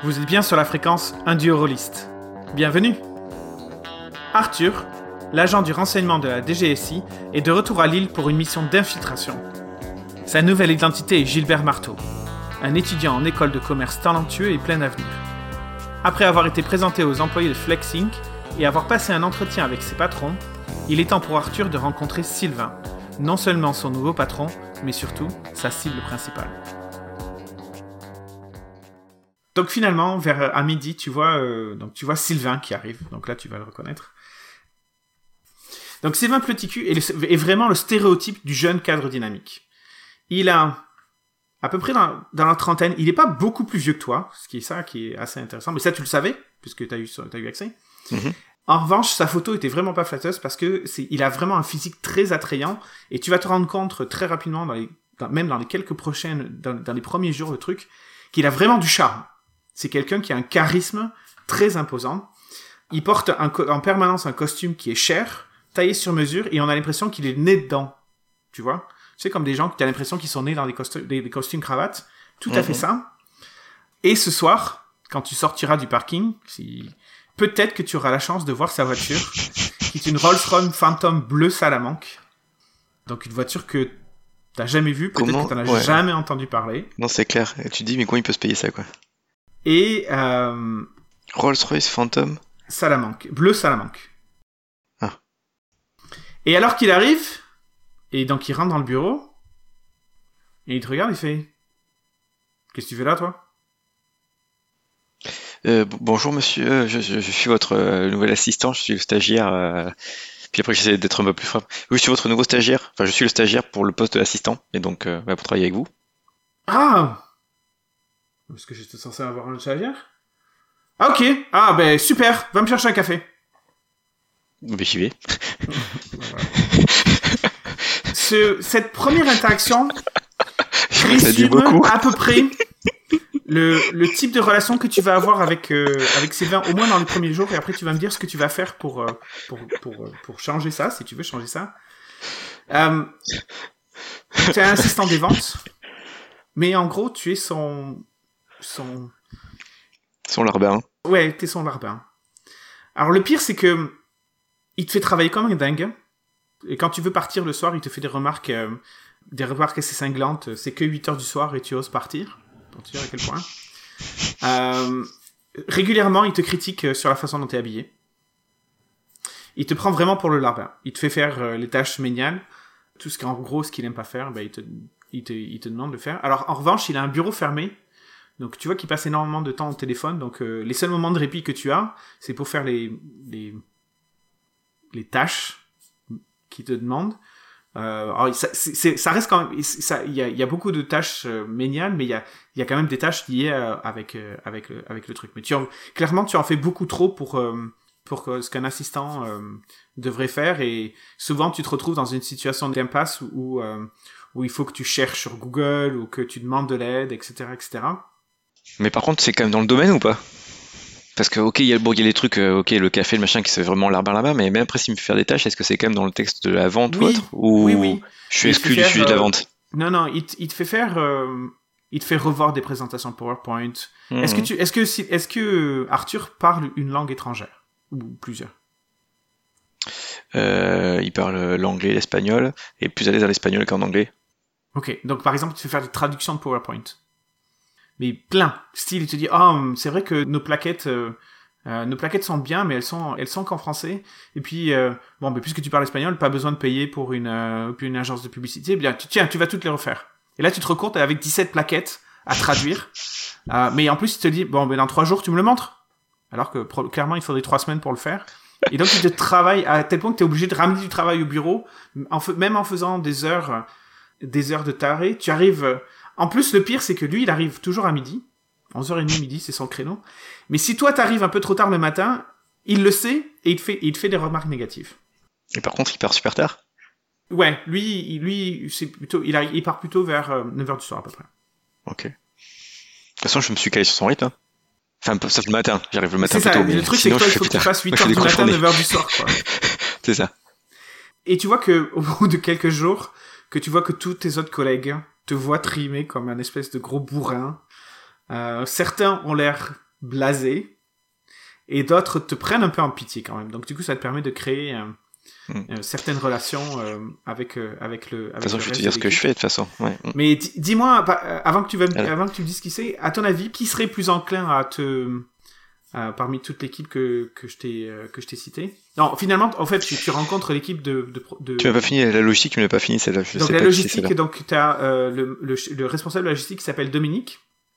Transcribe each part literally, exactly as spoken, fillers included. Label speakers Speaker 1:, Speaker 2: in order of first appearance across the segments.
Speaker 1: Vous êtes bien sur la fréquence Un duo rôliste. Bienvenue. Arthur, l'agent du renseignement de la D G S I, est de retour à Lille pour une mission d'infiltration. Sa nouvelle identité est Gilbert Marteau, un étudiant en école de commerce talentueux et plein d'avenir. Après avoir été présenté aux employés de Flex Incorporated et avoir passé un entretien avec ses patrons, il est temps pour Arthur de rencontrer Sylvain, non seulement son nouveau patron, mais surtout sa cible principale. Donc finalement, vers à midi, tu vois, euh, donc tu vois Sylvain qui arrive. Donc là, tu vas le reconnaître. Donc Sylvain Pleticu est, le, est vraiment le stéréotype du jeune cadre dynamique. Il a à peu près dans, dans la trentaine. Il n'est pas beaucoup plus vieux que toi, ce qui est ça qui est assez intéressant. Mais ça, tu le savais, puisque tu as eu, t'as eu accès. Mm-hmm. En revanche, sa photo était vraiment pas flatteuse parce que c'est, il a vraiment un physique très attrayant et tu vas te rendre compte très rapidement, dans les, dans, même dans les quelques prochaines, dans, dans les premiers jours de truc, qu'il a vraiment du charme. C'est quelqu'un qui a un charisme très imposant. Il porte un co- en permanence un costume qui est cher, taillé sur mesure, et on a l'impression qu'il est né dedans. Tu vois ? Tu sais, comme des gens qui ont l'impression qu'ils sont nés dans des, costu- des, des costumes cravates. Tout mm-hmm. à fait ça. Et ce soir, quand tu sortiras du parking, si... peut-être que tu auras la chance de voir sa voiture, qui est une Rolls-Royce Phantom bleu Salamanque. Donc une voiture que t'as jamais vue, peut-être
Speaker 2: Comment...
Speaker 1: que t'en as
Speaker 2: ouais.
Speaker 1: jamais entendu parler.
Speaker 2: Non, c'est clair. Et tu te dis, mais comment il peut se payer ça, quoi ?
Speaker 1: Et euh...
Speaker 2: Rolls-Royce Phantom
Speaker 1: Salamanque, bleu Salamanque.
Speaker 2: Ah.
Speaker 1: Et alors qu'il arrive, et donc il rentre dans le bureau, et il te regarde, il fait « Qu'est-ce que tu fais là, toi ?»
Speaker 2: euh, Bonjour monsieur, je, je, je suis votre euh, nouvel assistant, je suis le stagiaire. Euh... Puis après j'essaie d'être un peu plus frappe. Oui, je suis votre nouveau stagiaire, enfin je suis le stagiaire pour le poste d'assistant, et donc euh, bah, pour travailler avec vous.
Speaker 1: Ah ! Est-ce que j'étais censé avoir un stagiaire ? Ah ok, ah ben super, va me chercher un café.
Speaker 2: Mais j'y vais.
Speaker 1: Ce, cette première interaction résume à peu près le, le type de relation que tu vas avoir avec, euh, avec Sylvain, au moins dans les premiers jours, et après tu vas me dire ce que tu vas faire pour, euh, pour, pour, euh, pour changer ça, si tu veux changer ça. Euh, tu es un assistant des ventes, mais en gros tu es son... son...
Speaker 2: Son larbin.
Speaker 1: Ouais, t'es son larbin. Alors le pire, c'est que il te fait travailler comme un dingue. Et quand tu veux partir le soir, il te fait des remarques, euh, des remarques assez cinglantes. C'est que huit heures du soir et tu oses partir. Pour te dire à quel point. Euh, régulièrement, il te critique sur la façon dont t'es habillé. Il te prend vraiment pour le larbin. Il te fait faire euh, les tâches méniales. Tout ce qu'en gros, ce qu'il aime pas faire, ben, il te, il te, il te demande de faire. Alors en revanche, il a un bureau fermé. Donc tu vois qu'il passe énormément de temps au téléphone, donc euh, les seuls moments de répit que tu as, c'est pour faire les les, les tâches qu'il te demande. Euh, alors ça, c'est, c'est, ça reste quand même, ça, il y a, y a beaucoup de tâches euh, méniales, mais il y a, il y a quand même des tâches liées euh, avec euh, avec le, avec le truc. Mais tu en, clairement tu en fais beaucoup trop pour euh, pour que, ce qu'un assistant euh, devrait faire, et souvent tu te retrouves dans une situation d'impasse où où, euh, où il faut que tu cherches sur Google ou que tu demandes de l'aide, et cetera, et cetera.
Speaker 2: Mais par contre, c'est quand même dans le domaine ou pas ? Parce que, ok, il y a, bon, il y a les trucs, euh, ok, le café, le machin, qui se fait vraiment larbin là-bas, mais même après, s'il me fait faire des tâches, est-ce que c'est quand même dans le texte de la vente
Speaker 1: oui,
Speaker 2: ou autre ? Ou
Speaker 1: oui, oui.
Speaker 2: Je suis exclu du sujet euh, de la vente.
Speaker 1: Non, non, il, t- il te fait faire, euh, il te fait revoir des présentations PowerPoint. Mmh. Est-ce que tu, est-ce que, si, est-ce que Arthur parle une langue étrangère ? Ou plusieurs ?
Speaker 2: euh, Il parle l'anglais, l'espagnol, et plus à l'aise à l'espagnol qu'en anglais.
Speaker 1: Ok, donc par exemple, tu fais faire des traductions de PowerPoint. Mais plein. Style, il te dit, ah, oh, c'est vrai que nos plaquettes, euh, euh, nos plaquettes sont bien, mais elles sont, elles sont qu'en français. Et puis, euh, bon, mais puisque tu parles espagnol, pas besoin de payer pour une, euh, pour une agence de publicité. Bien, tu, tiens, tu vas toutes les refaire. Et là, tu te recourtes avec dix-sept plaquettes à traduire. euh, mais en plus, il te dit, bon, mais dans trois jours, tu me le montres. Alors que, pro- clairement, il faudrait trois semaines pour le faire. Et donc, il te travaille à tel point que t'es obligé de ramener du travail au bureau, en f- même en faisant des heures, des heures de taré. Tu arrives, euh, En plus, le pire, c'est que lui, il arrive toujours à midi. onze heures trente, midi, c'est son créneau. Mais si toi, t'arrives un peu trop tard le matin, il le sait et il te fait, il te fait des remarques négatives.
Speaker 2: Et par contre, il part super tard ?
Speaker 1: Ouais, lui, lui c'est plutôt, il, arrive, il part plutôt vers euh, neuf heures du soir à peu près.
Speaker 2: Ok. De toute façon, je me suis calé sur son rythme. Hein. Enfin, sauf le matin. J'arrive le matin
Speaker 1: c'est
Speaker 2: plus
Speaker 1: ça,
Speaker 2: tôt. Mais
Speaker 1: le truc, c'est que toi, il faut que tu fasses huit heures du matin, neuf heures du soir, quoi.
Speaker 2: C'est ça.
Speaker 1: Et tu vois que, au bout de quelques jours, que tu vois que tous tes autres collègues te voient trimer comme un espèce de gros bourrin. Euh, certains ont l'air blasé, et d'autres te prennent un peu en pitié quand même. Donc du coup, ça te permet de créer euh, mm. euh, certaines relations euh, avec euh, avec le. Avec
Speaker 2: de toute façon,
Speaker 1: le
Speaker 2: je vais
Speaker 1: reste
Speaker 2: te dire
Speaker 1: de
Speaker 2: ce que je fais de toute façon. Ouais.
Speaker 1: Mais d- dis-moi, euh, avant que tu vas, avant que tu me dises qui c'est, à ton avis, qui serait plus enclin à te Euh, parmi toute l'équipe que, que je t'ai euh, que je t'ai citée. Non, finalement, en fait, tu, tu rencontres l'équipe de, de, de...
Speaker 2: Tu m'as pas fini la logistique, tu m'as pas fini celle-là. Je
Speaker 1: donc
Speaker 2: sais
Speaker 1: la
Speaker 2: pas
Speaker 1: logistique,
Speaker 2: qui
Speaker 1: donc tu as euh, le, le, le responsable de la logistique qui s'appelle Dominique.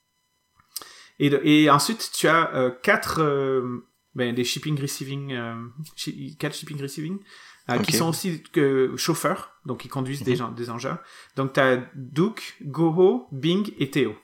Speaker 1: Et, et ensuite, tu as euh, quatre euh, ben, des shipping receiving, euh, shi- quatre shipping receiving, euh, okay. qui sont aussi euh, chauffeurs, donc ils conduisent mm-hmm. des, gens, des engins. Donc tu as Duke, Goho, Bing et Théo.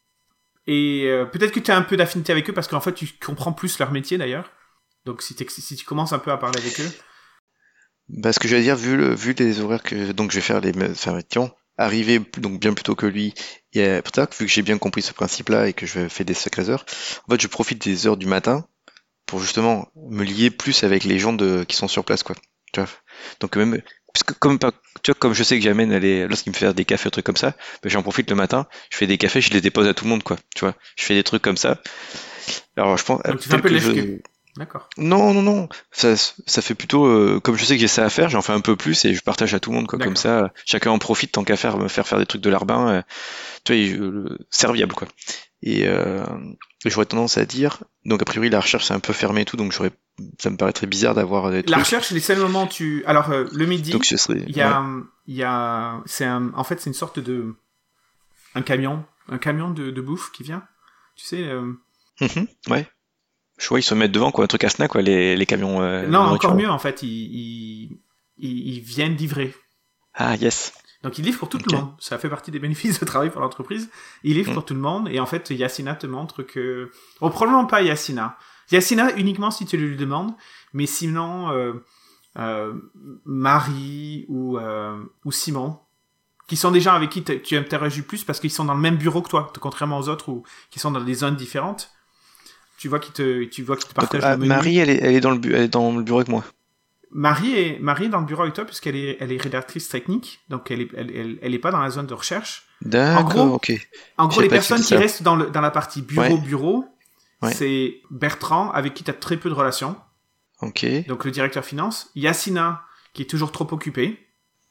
Speaker 1: Et euh, peut-être que tu as un peu d'affinité avec eux parce qu'en fait tu comprends plus leur métier d'ailleurs. Donc si, si tu commences un peu à parler avec eux.
Speaker 2: Bah ce que j'allais dire, vu, le, vu les horaires que donc je vais faire les enfin, arriver donc bien plus tôt que lui, et pour ça, vu que j'ai bien compris ce principe-là et que je fais des sacrées heures, en fait je profite des heures du matin pour justement me lier plus avec les gens de, qui sont sur place quoi. Tu vois, donc même parce que comme, tu vois, comme je sais que j'amène les, lorsqu'il me fait faire des cafés, des trucs comme ça, ben j'en profite le matin, je fais des cafés, je les dépose à tout le monde, quoi. Tu vois, je fais des trucs comme ça. Alors je pense.
Speaker 1: Donc tu fais un peu
Speaker 2: que
Speaker 1: je... D'accord.
Speaker 2: Non, non, non. Ça, ça fait plutôt, euh, comme je sais que j'ai ça à faire, j'en fais un peu plus et je partage à tout le monde, quoi. D'accord. Comme ça, chacun en profite tant qu'à faire, me faire faire des trucs de larbin. Euh, tu vois, je, serviable, quoi. Et euh, j'aurais tendance à dire, donc a priori la recherche c'est un peu fermé et tout, donc j'aurais, ça me paraîtrait bizarre d'avoir des trucs.
Speaker 1: La recherche, les seuls moments où tu, alors euh, le midi,
Speaker 2: donc ce serait,
Speaker 1: il y a,
Speaker 2: ouais.
Speaker 1: il y a, c'est un, en fait c'est une sorte de, un camion, un camion de, de bouffe qui vient, tu sais. Euh...
Speaker 2: Mm-hmm, ouais. Je vois ils se mettent devant quoi, un truc à snack quoi, les, les camions. Euh,
Speaker 1: non, encore mieux en fait, ils, ils, ils, ils viennent livrer.
Speaker 2: Ah yes.
Speaker 1: Donc il livre pour tout okay. le monde. Ça fait partie des bénéfices de travail pour l'entreprise. Il livre mmh. pour tout le monde. Et en fait, Yacina te montre que... Bon, probablement pas Yacina. Yacina uniquement si tu lui demandes. Mais sinon, euh, euh, Marie ou, euh, ou Simon, qui sont des gens avec qui tu interagis plus parce qu'ils sont dans le même bureau que toi, contrairement aux autres ou qui sont dans des zones différentes. Tu vois qu'ils te, tu vois qu'ils te partagent
Speaker 2: Donc,
Speaker 1: le menu.
Speaker 2: Marie, elle est, elle, est dans le bu- elle est dans le bureau avec moi.
Speaker 1: Marie est, Marie est dans le bureau avec toi puisqu'elle est, elle est rédactrice technique, donc elle est, elle, elle, elle est pas dans la zone de recherche.
Speaker 2: D'accord, en gros, ok.
Speaker 1: En gros, les personnes qui restent dans, le, dans la partie bureau-bureau, ouais. ouais. c'est Bertrand, avec qui tu as très peu de relations.
Speaker 2: Ok.
Speaker 1: Donc le directeur finance. Yacina, qui est toujours trop occupé.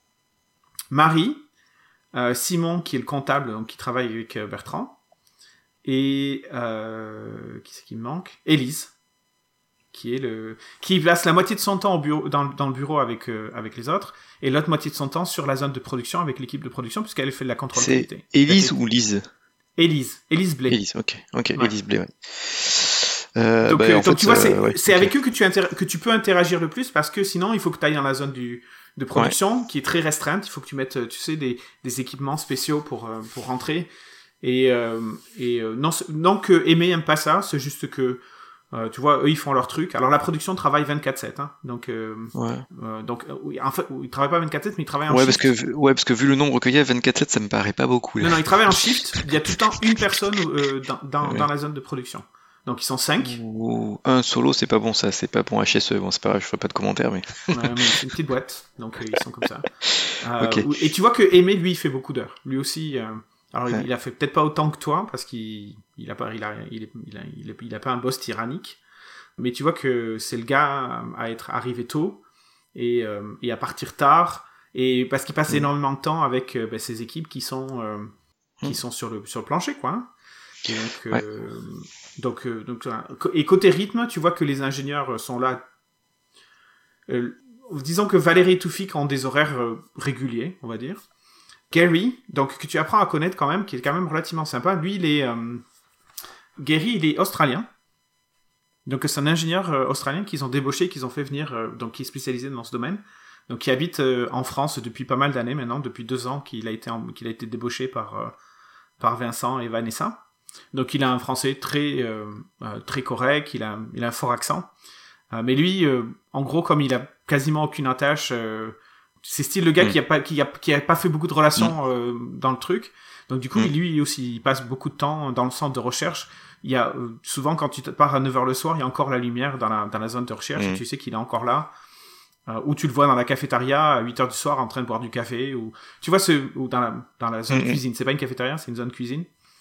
Speaker 1: Marie. Euh, Simon, qui est le comptable, donc qui travaille avec euh, Bertrand. Et, euh, qui c'est qui me manque ? Élise. qui est le qui passe la moitié de son temps au bureau dans, dans le bureau avec euh, avec les autres et l'autre moitié de son temps sur la zone de production avec l'équipe de production puisqu'elle fait de la contrôle
Speaker 2: c'est
Speaker 1: qualité.
Speaker 2: Élise ou Lise
Speaker 1: Élise Élise Blé.
Speaker 2: Élise, ok, ok,
Speaker 1: ouais.
Speaker 2: Élise Blé, ouais. Euh,
Speaker 1: donc,
Speaker 2: bah,
Speaker 1: euh,
Speaker 2: en
Speaker 1: donc
Speaker 2: fait,
Speaker 1: tu vois, c'est,
Speaker 2: euh, ouais,
Speaker 1: c'est
Speaker 2: okay.
Speaker 1: avec eux que tu inter... que tu peux interagir le plus parce que sinon il faut que tu ailles dans la zone du de production ouais. qui est très restreinte. Il faut que tu mettes, tu sais, des des équipements spéciaux pour euh, pour rentrer et euh, et euh, non non que Aimé aime pas ça, c'est juste que Euh, tu vois, eux, ils font leur truc. Alors, la production travaille vingt-quatre sept, hein. Donc, euh,
Speaker 2: ouais.
Speaker 1: euh, donc, euh, oui, en fait, ils travaillent pas vingt-quatre sept, mais ils travaillent en
Speaker 2: ouais,
Speaker 1: shift.
Speaker 2: Parce que, ouais, parce que vu le nombre qu'il y a, vingt-quatre sept, ça me paraît pas beaucoup, là.
Speaker 1: Non, non, ils travaillent en shift. Il y a tout le temps une personne, euh, dans, dans, ouais. dans la zone de production. Donc, ils sont cinq.
Speaker 2: Ou un solo, c'est pas bon, ça. C'est pas bon H S E. Bon, c'est pas grave, je ferai pas de commentaires, mais.
Speaker 1: ouais, mais c'est une petite boîte. Donc, euh, ils sont comme ça. Euh,
Speaker 2: okay.
Speaker 1: Et tu vois que Aimé, lui, il fait beaucoup d'heures. Lui aussi, euh, alors, ouais. il, il a fait peut-être pas autant que toi, parce qu'il, il a pas, il a, il, est, il a, il a, il a pas un boss tyrannique. Mais tu vois que c'est le gars à être arrivé tôt et, euh, et à partir tard, et parce qu'il passe mmh. énormément de temps avec euh, bah, ses équipes qui sont euh, qui mmh. sont sur le sur le plancher, quoi. Et donc,
Speaker 2: ouais.
Speaker 1: euh, donc, euh, donc et côté rythme, tu vois que les ingénieurs sont là. Euh, disons que Valérie et Toufik ont des horaires euh, réguliers, on va dire. Gary, donc que tu apprends à connaître quand même, qui est quand même relativement sympa. Lui, il est euh, Gary, il est australien. Donc c'est un ingénieur euh, australien qu'ils ont débauché, qu'ils ont fait venir, euh, donc qui est spécialisé dans ce domaine, donc qui habite euh, en France depuis pas mal d'années maintenant, depuis deux ans qu'il a été en, qu'il a été débauché par euh, par Vincent et Vanessa. Donc il a un français très euh, euh, très correct, il a il a un fort accent, euh, mais lui, euh, en gros, comme il a quasiment aucune attache, euh, c'est style le gars mmh. qui a pas qui a qui a pas fait beaucoup de relations mmh. euh, dans le truc. Donc du coup, mmh. lui aussi, il passe beaucoup de temps dans le centre de recherche. Il y a euh, souvent quand tu te pars à neuf heures le soir, il y a encore la lumière dans la dans la zone de recherche. Mmh. Et tu sais qu'il est encore là. Euh, ou tu le vois dans la cafétéria à huit heures du soir en train de boire du café, ou tu vois ce ou dans la dans la zone mmh. cuisine. C'est pas une cafétéria, c'est une zone cuisine.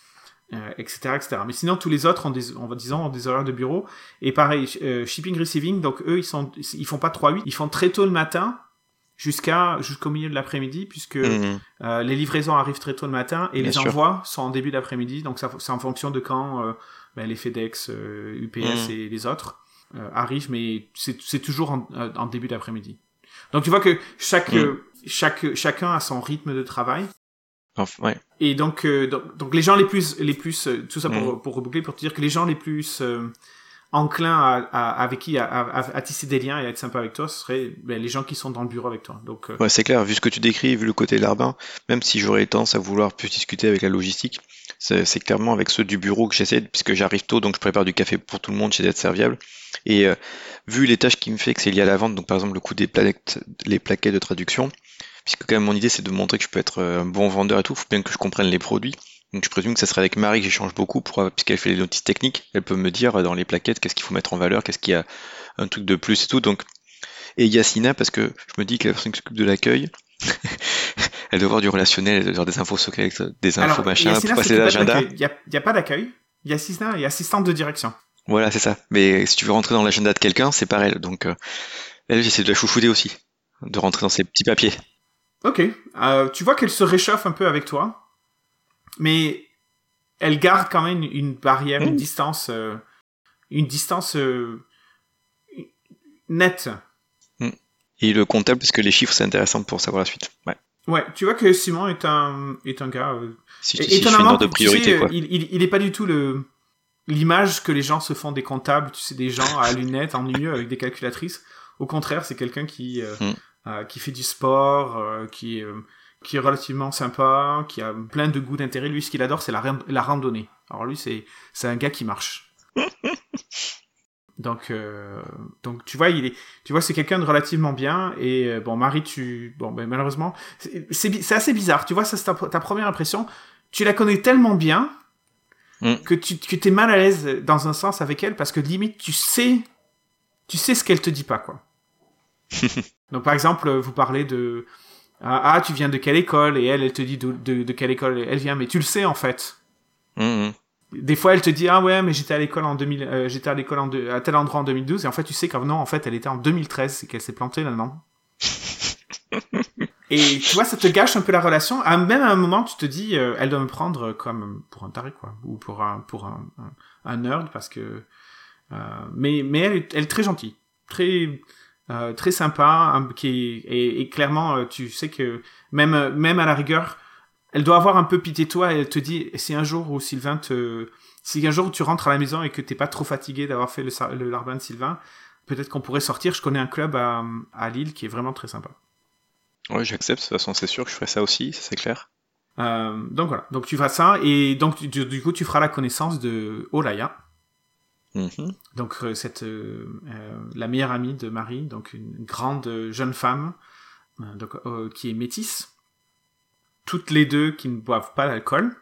Speaker 1: euh, et cetera, et cetera. Mais sinon, tous les autres ont des, on va disons, ont des horaires de bureau. Et pareil, euh, shipping, receiving, donc eux, ils sont, ils font pas trois huit, ils font très tôt le matin jusqu'à jusqu'au milieu de l'après-midi, puisque
Speaker 2: Mhm.
Speaker 1: euh, les livraisons arrivent très tôt le matin et
Speaker 2: Bien
Speaker 1: les
Speaker 2: sûr.
Speaker 1: envois sont en début d'après-midi. Donc ça, c'est en fonction de quand euh, ben, les FedEx, euh, U P S
Speaker 2: Mhm.
Speaker 1: et les autres euh, arrivent, mais c'est, c'est toujours en, euh, en début d'après-midi. Donc tu vois que chaque,
Speaker 2: Mhm.
Speaker 1: euh, chaque, chacun a son rythme de travail.
Speaker 2: Enfin, ouais.
Speaker 1: Et donc, euh, donc, donc les gens les plus, les plus, euh, tout ça pour,
Speaker 2: Mhm.
Speaker 1: pour reboucler, pour te dire que les gens les plus euh, enclins à, à, avec qui à, à, à tisser des liens et à être sympa avec toi, ce seraient ben, les gens qui sont dans le bureau avec toi. Donc, euh,
Speaker 2: Ouais, c'est clair, vu ce que tu décris, vu le côté larbin, même si j'aurais tendance à vouloir plus discuter avec la logistique, c'est c'est clairement avec ceux du bureau que j'essaie, puisque j'arrive tôt, donc je prépare du café pour tout le monde, j'essaie d'être serviable. Et euh, vu les tâches qui me fait que c'est lié à la vente, donc par exemple le coût des plaquettes, les plaquettes de traduction, puisque quand même mon idée c'est de montrer que je peux être euh, un bon vendeur et tout, faut bien que je comprenne les produits. Donc je présume que ça serait avec Marie que j'échange beaucoup, pour, puisqu'elle fait les notices techniques, elle peut me dire euh, dans les plaquettes qu'est-ce qu'il faut mettre en valeur, qu'est-ce qu'il y a un truc de plus et tout. Donc et Yacina, parce que je me dis que la personne qui s'occupe de l'accueil, elle doit avoir du relationnel, genre des infos secrètes, des infos
Speaker 1: alors,
Speaker 2: machin, pour
Speaker 1: Yacina
Speaker 2: passer
Speaker 1: s'occupe pas de
Speaker 2: l'agenda.
Speaker 1: l'accueil. Il y a, il y a pas d'accueil. Yacina est assistante de direction.
Speaker 2: Voilà, c'est ça. Mais si tu veux rentrer dans l'agenda de quelqu'un, c'est par elle. Donc, euh, elle, j'essaie de la chouchouter aussi, de rentrer dans ses petits papiers.
Speaker 1: Ok. Euh, tu vois qu'elle se réchauffe un peu avec toi, mais elle garde quand même une, une barrière, une
Speaker 2: Mmh.
Speaker 1: distance, euh, une distance euh, nette.
Speaker 2: Mmh. Et le comptable, parce que les chiffres, c'est intéressant pour savoir la suite. Ouais.
Speaker 1: Ouais, tu vois que Simon est un, est un gars. Euh,
Speaker 2: Si je,
Speaker 1: é-
Speaker 2: si je fais une
Speaker 1: étonnamment,
Speaker 2: ordre de
Speaker 1: tu
Speaker 2: priorité,
Speaker 1: sais,
Speaker 2: quoi.
Speaker 1: il, il, il est pas du tout le l'image que les gens se font des comptables. Tu sais, des gens à lunettes, ennuyeux avec des calculatrices. Au contraire, c'est quelqu'un qui euh,
Speaker 2: Mmh.
Speaker 1: euh, qui fait du sport, euh, qui est euh, qui est relativement sympa, qui a plein de goûts d'intérêt. Lui, ce qu'il adore, c'est la, ran- la randonnée. Alors lui, c'est c'est un gars qui marche. Donc, euh, donc tu vois, il est, tu vois, c'est quelqu'un de relativement bien. Et euh, bon, Marie, tu, bon, ben malheureusement, c'est, c'est, bi- c'est assez bizarre. Tu vois, ça c'est ta, ta première impression. Tu la connais tellement bien
Speaker 2: Mmh.
Speaker 1: que tu, que t'es mal à l'aise dans un sens avec elle parce que limite, tu sais, tu sais ce qu'elle te dit pas, quoi. Donc, par exemple, vous parlez de, ah, ah, tu viens de quelle école? Et elle, elle te dit de, de, de quelle école elle vient, mais tu le sais en fait.
Speaker 2: Mmh, mmh.
Speaker 1: Des fois, elle te dit ah ouais, mais j'étais à l'école en deux mille, euh, j'étais à l'école en deux, à tel endroit en deux mille douze, et en fait, tu sais qu'en non, en fait, elle était en deux mille treize, c'est qu'elle s'est plantée là-dedans. Et tu vois, ça te gâche un peu la relation. À, même à un moment, tu te dis, euh, elle doit me prendre comme pour un taré, quoi, ou pour un pour un, un, un nerd, parce que. Euh, mais mais elle, est- elle est très gentille, très euh, très sympa, un- qui est- et, et clairement, euh, tu sais que même euh, même à la rigueur, elle doit avoir un peu pitié de toi et elle te dit, si un jour où Sylvain te, si un jour tu rentres à la maison et que t'es pas trop fatigué d'avoir fait le, sa- le larbin de Sylvain, peut-être qu'on pourrait sortir. Je connais un club à, à Lille qui est vraiment très sympa.
Speaker 2: Ouais, j'accepte. De toute façon, c'est sûr que je ferai ça aussi, ça c'est clair.
Speaker 1: Euh, donc voilà. Donc tu feras ça et donc du, du coup tu feras la connaissance de Olaya.
Speaker 2: Mhm.
Speaker 1: Donc euh, cette euh, euh, la meilleure amie de Marie, donc une grande jeune femme, euh, donc euh, qui est métisse. Toutes les deux qui ne boivent pas d'alcool.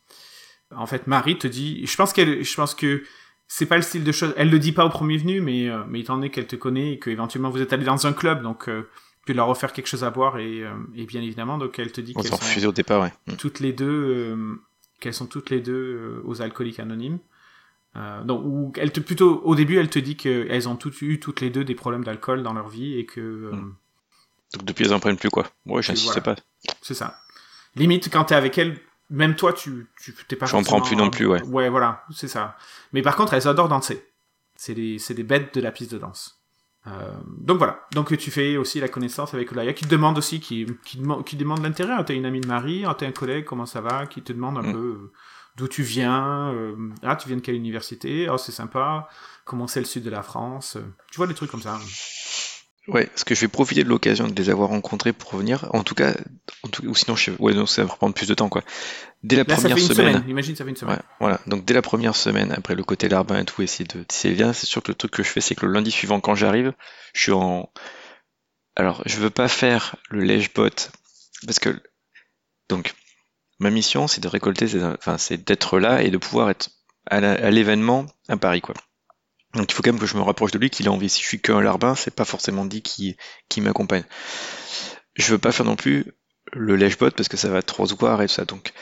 Speaker 1: En fait, Marie te dit, je pense qu'elle, je pense que c'est pas le style de choses. Elle le dit pas au premier venu, mais euh, mais étant donné qu'elle te connaît et que éventuellement vous êtes allé dans un club, donc euh, tu peux leur offrir quelque chose à boire et euh, et bien évidemment, donc elle te dit
Speaker 2: On
Speaker 1: qu'elles
Speaker 2: s'en
Speaker 1: sont
Speaker 2: refusait au départ, ouais. Mm.
Speaker 1: toutes les deux, euh, qu'elles sont toutes les deux euh, aux alcooliques anonymes. Euh, donc, ou elle te plutôt au début, elle te dit qu'elles ont toutes eu toutes les deux des problèmes d'alcool dans leur vie et que euh,
Speaker 2: Mm. Donc depuis, elles en prennent plus, quoi. Ouais,
Speaker 1: que
Speaker 2: j'insiste
Speaker 1: voilà,
Speaker 2: pas.
Speaker 1: c'est ça. Limite, quand t'es avec elle, même toi, tu, tu t'es pas
Speaker 2: J'en prends
Speaker 1: forcément...
Speaker 2: plus non plus, ouais.
Speaker 1: Ouais, voilà, c'est ça. Mais par contre, elles adorent danser. C'est des, c'est des bêtes de la piste de danse. Euh, donc voilà. Donc tu fais aussi la connaissance avec Olaya, qui te demande aussi, qui, qui, demande, qui demande l'intérêt. Ah, t'es une amie de Marie, ah, t'es un collègue, comment ça va? Qui te demande un
Speaker 2: Mm.
Speaker 1: peu euh, d'où tu viens. Euh, ah, tu viens de quelle université? Ah, c'est sympa. Comment c'est le sud de la France? Tu vois, des trucs comme ça.
Speaker 2: Ouais, parce que je vais profiter de l'occasion de les avoir rencontrés pour revenir. En tout cas, en tout... ou sinon, je... ouais, non, ça va prendre plus de temps, quoi. Dès la
Speaker 1: Là, ça
Speaker 2: première
Speaker 1: fait une
Speaker 2: semaine,
Speaker 1: semaine. Imagine, ça fait une semaine.
Speaker 2: ouais, voilà. Donc dès la première semaine, après le côté larbin et tout, essayer de tisser les liens, c'est sûr que le truc que je fais, c'est que le lundi suivant, quand j'arrive, je suis en. Alors, je veux pas faire le lèche-bot, parce que donc ma mission, c'est de récolter, ces... enfin, c'est d'être là et de pouvoir être à la- à l'événement à Paris, quoi. Donc il faut quand même que je me rapproche de lui, qu'il ait envie. Si je suis qu'un larbin, c'est pas forcément dit qu'il qu'il m'accompagne. Je veux pas faire non plus le lèche-bot parce que ça va trop se voir et tout ça. Donc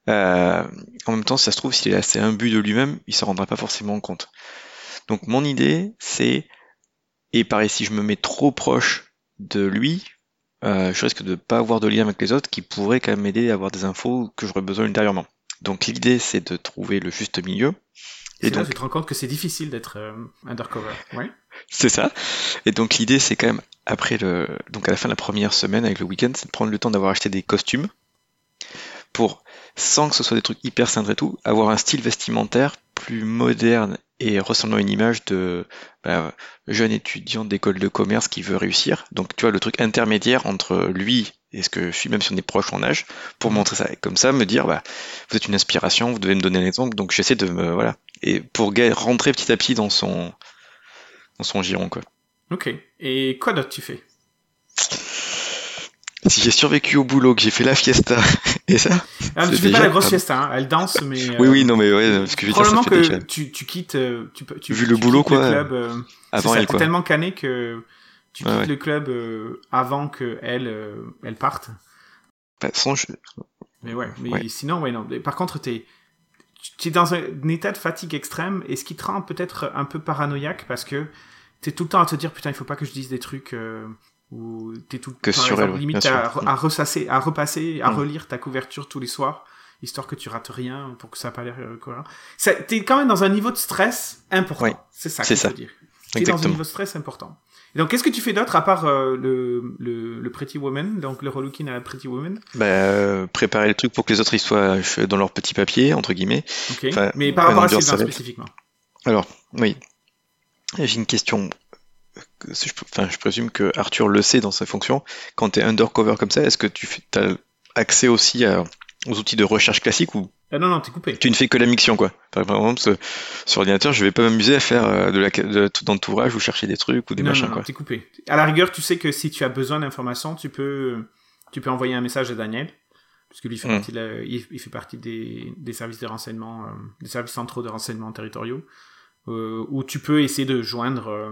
Speaker 2: Euh, en même temps, si ça se trouve, s'il est assez imbu de lui-même, il s'en rendra pas forcément compte. Donc mon idée, c'est, et pareil, si je me mets trop proche de lui, euh, je risque de pas avoir de lien avec les autres qui pourraient quand même m'aider à avoir des infos que j'aurais besoin ultérieurement. Donc l'idée, c'est de trouver le juste milieu.
Speaker 1: Et
Speaker 2: Et
Speaker 1: là,
Speaker 2: donc,
Speaker 1: tu te rends compte que c'est difficile d'être euh, undercover. Ouais.
Speaker 2: c'est ça. Et donc l'idée, c'est quand même, après le, donc à la fin de la première semaine avec le week-end, c'est de prendre le temps d'avoir acheté des costumes pour, sans que ce soit des trucs hyper cintrés et tout, avoir un style vestimentaire plus moderne et ressemblant à une image de bah, jeune étudiant d'école de commerce qui veut réussir. Donc tu vois, le truc intermédiaire entre lui et ce que je suis, même si on est proche en âge, pour
Speaker 1: Mhm.
Speaker 2: montrer ça. Et comme ça, me dire, bah, vous êtes une inspiration, vous devez me donner un exemple, donc j'essaie de me... Voilà. Et pour ga- rentrer petit à petit dans son, dans son giron, quoi.
Speaker 1: Ok. Et quoi d'autre tu fais?
Speaker 2: Si j'ai survécu au boulot, que j'ai fait la fiesta, et ça,
Speaker 1: Ah,
Speaker 2: c'est
Speaker 1: tu fais pas
Speaker 2: déjà
Speaker 1: la grosse
Speaker 2: pas mal.
Speaker 1: fiesta, hein. Elle danse, mais
Speaker 2: Oui,
Speaker 1: euh,
Speaker 2: oui, non, mais ouais, ce que je veux dire, ça
Speaker 1: probablement
Speaker 2: fait
Speaker 1: que
Speaker 2: déjà...
Speaker 1: tu, tu quittes, euh, tu, peux- tu,
Speaker 2: Vu le
Speaker 1: tu
Speaker 2: boulot,
Speaker 1: quittes le
Speaker 2: quoi,
Speaker 1: club. euh, c'est
Speaker 2: avant
Speaker 1: ça.
Speaker 2: elle,
Speaker 1: T'es
Speaker 2: quoi.
Speaker 1: tellement cané que tu
Speaker 2: Ouais,
Speaker 1: quittes
Speaker 2: ouais.
Speaker 1: le club euh, avant que elle, euh, elle parte.
Speaker 2: Bah, sans, je...
Speaker 1: Mais ouais.
Speaker 2: Ouais.
Speaker 1: Mais sinon, ouais, non. Mais par contre, t'es, tu es dans un, un état de fatigue extrême, et ce qui te rend peut-être un peu paranoïaque parce que t'es tout le temps à te dire putain, il faut pas que je dise des trucs. Euh, ou t'es tout,
Speaker 2: Que
Speaker 1: par
Speaker 2: sur elle,
Speaker 1: exemple,
Speaker 2: ouais, bien
Speaker 1: limite
Speaker 2: sûr.
Speaker 1: à,
Speaker 2: Mm.
Speaker 1: à ressasser, à repasser, à
Speaker 2: Mm.
Speaker 1: relire ta couverture tous les soirs, histoire que tu rates rien, pour que ça n'a pas l'air euh, cohérent. Ça, t'es quand même dans un niveau de stress
Speaker 2: Ouais,
Speaker 1: important. C'est ça
Speaker 2: c'est
Speaker 1: qu'il faut
Speaker 2: ça,
Speaker 1: dire. T'es dans un
Speaker 2: exactement.
Speaker 1: niveau de stress important. Et donc, qu'est-ce que tu fais d'autre à part euh, le, le, le Pretty Woman, donc le relooking à la Pretty Woman?
Speaker 2: Bah, euh, préparer le truc pour que les autres ils soient euh, dans leur petit papier, entre guillemets.
Speaker 1: Ok.
Speaker 2: Enfin,
Speaker 1: Mais par
Speaker 2: un
Speaker 1: rapport à
Speaker 2: ambiance
Speaker 1: Sylvain
Speaker 2: salette.
Speaker 1: spécifiquement.
Speaker 2: Alors, oui, j'ai une question. Si je, enfin, je présume que Arthur le sait dans sa fonction. Quand tu es undercover comme ça, est-ce que tu as accès aussi à- aux outils de recherche classiques ou
Speaker 1: Ah non, non, t'es coupé.
Speaker 2: tu ne fais que la mixtion, quoi? Par exemple, ce- sur ordinateur, je vais pas m'amuser à faire euh, de la, de, tout dans tout ouvrage ou chercher des trucs ou des
Speaker 1: Non, non,
Speaker 2: machins,
Speaker 1: non,
Speaker 2: quoi.
Speaker 1: t'es coupé. À la rigueur, tu sais que si tu as besoin d'informations, tu peux, tu peux envoyer un message à Daniel, puisque lui fait
Speaker 2: Hmm.
Speaker 1: partie, de la- il, il fait partie des, des services de renseignement, euh, des services centraux de renseignement territoriaux, euh, où tu peux essayer de joindre, euh,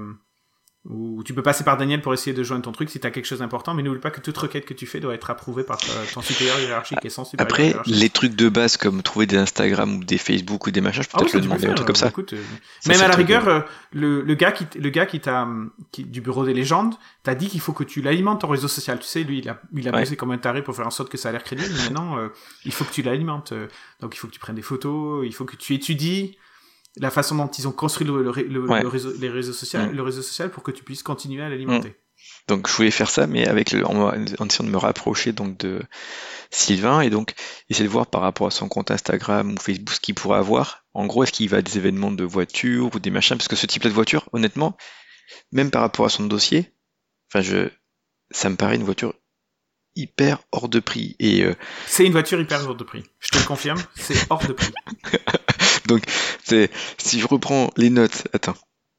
Speaker 1: ou tu peux passer par Daniel pour essayer de joindre ton truc si tu as quelque chose d'important, mais n'oublie pas que toute requête que tu fais doit être approuvée par euh, ton supérieur hiérarchique et son supérieur
Speaker 2: Après,
Speaker 1: hiérarchique.
Speaker 2: les trucs de base comme trouver des Instagram ou des Facebook ou des machins, je peux
Speaker 1: Ah oui,
Speaker 2: peut-être
Speaker 1: ça
Speaker 2: le
Speaker 1: tu peux
Speaker 2: demander, un
Speaker 1: faire.
Speaker 2: truc
Speaker 1: euh,
Speaker 2: comme ça.
Speaker 1: écoute, euh,
Speaker 2: Ça,
Speaker 1: même
Speaker 2: c'est
Speaker 1: à
Speaker 2: le
Speaker 1: la
Speaker 2: truc de...
Speaker 1: rigueur, euh, le, le gars qui, t- le gars qui t'a, qui, du bureau des légendes, t'a dit qu'il faut que tu l'alimentes ton réseau social. Tu sais, lui, il a, il a
Speaker 2: Ouais.
Speaker 1: bossé comme un taré pour faire en sorte que ça a l'air crédible, mais maintenant, euh, il faut que tu l'alimentes. Euh, Donc, il faut que tu prennes des photos, il faut que tu étudies la façon dont ils ont construit le, le, ré- le-
Speaker 2: Ouais.
Speaker 1: le réseau, les réseaux sociaux,
Speaker 2: Mm.
Speaker 1: le réseau social pour que tu puisses continuer à
Speaker 2: Mm.
Speaker 1: l'alimenter.
Speaker 2: Donc je voulais faire ça, mais avec le, en, en essayant de me rapprocher donc de Sylvain et donc essayer de voir par rapport à son compte Instagram ou Facebook ce qu'il pourrait avoir. En gros, est-ce qu'il va à des événements de voitures ou des machins? Parce que ce type-là de voiture, honnêtement, même par rapport à son dossier, enfin je, ça me paraît une voiture hyper hors de prix. Et euh,
Speaker 1: C'est une voiture hyper hors de prix. Je te le confirme, c'est hors de prix.
Speaker 2: donc c'est, si je reprends les notes, attends,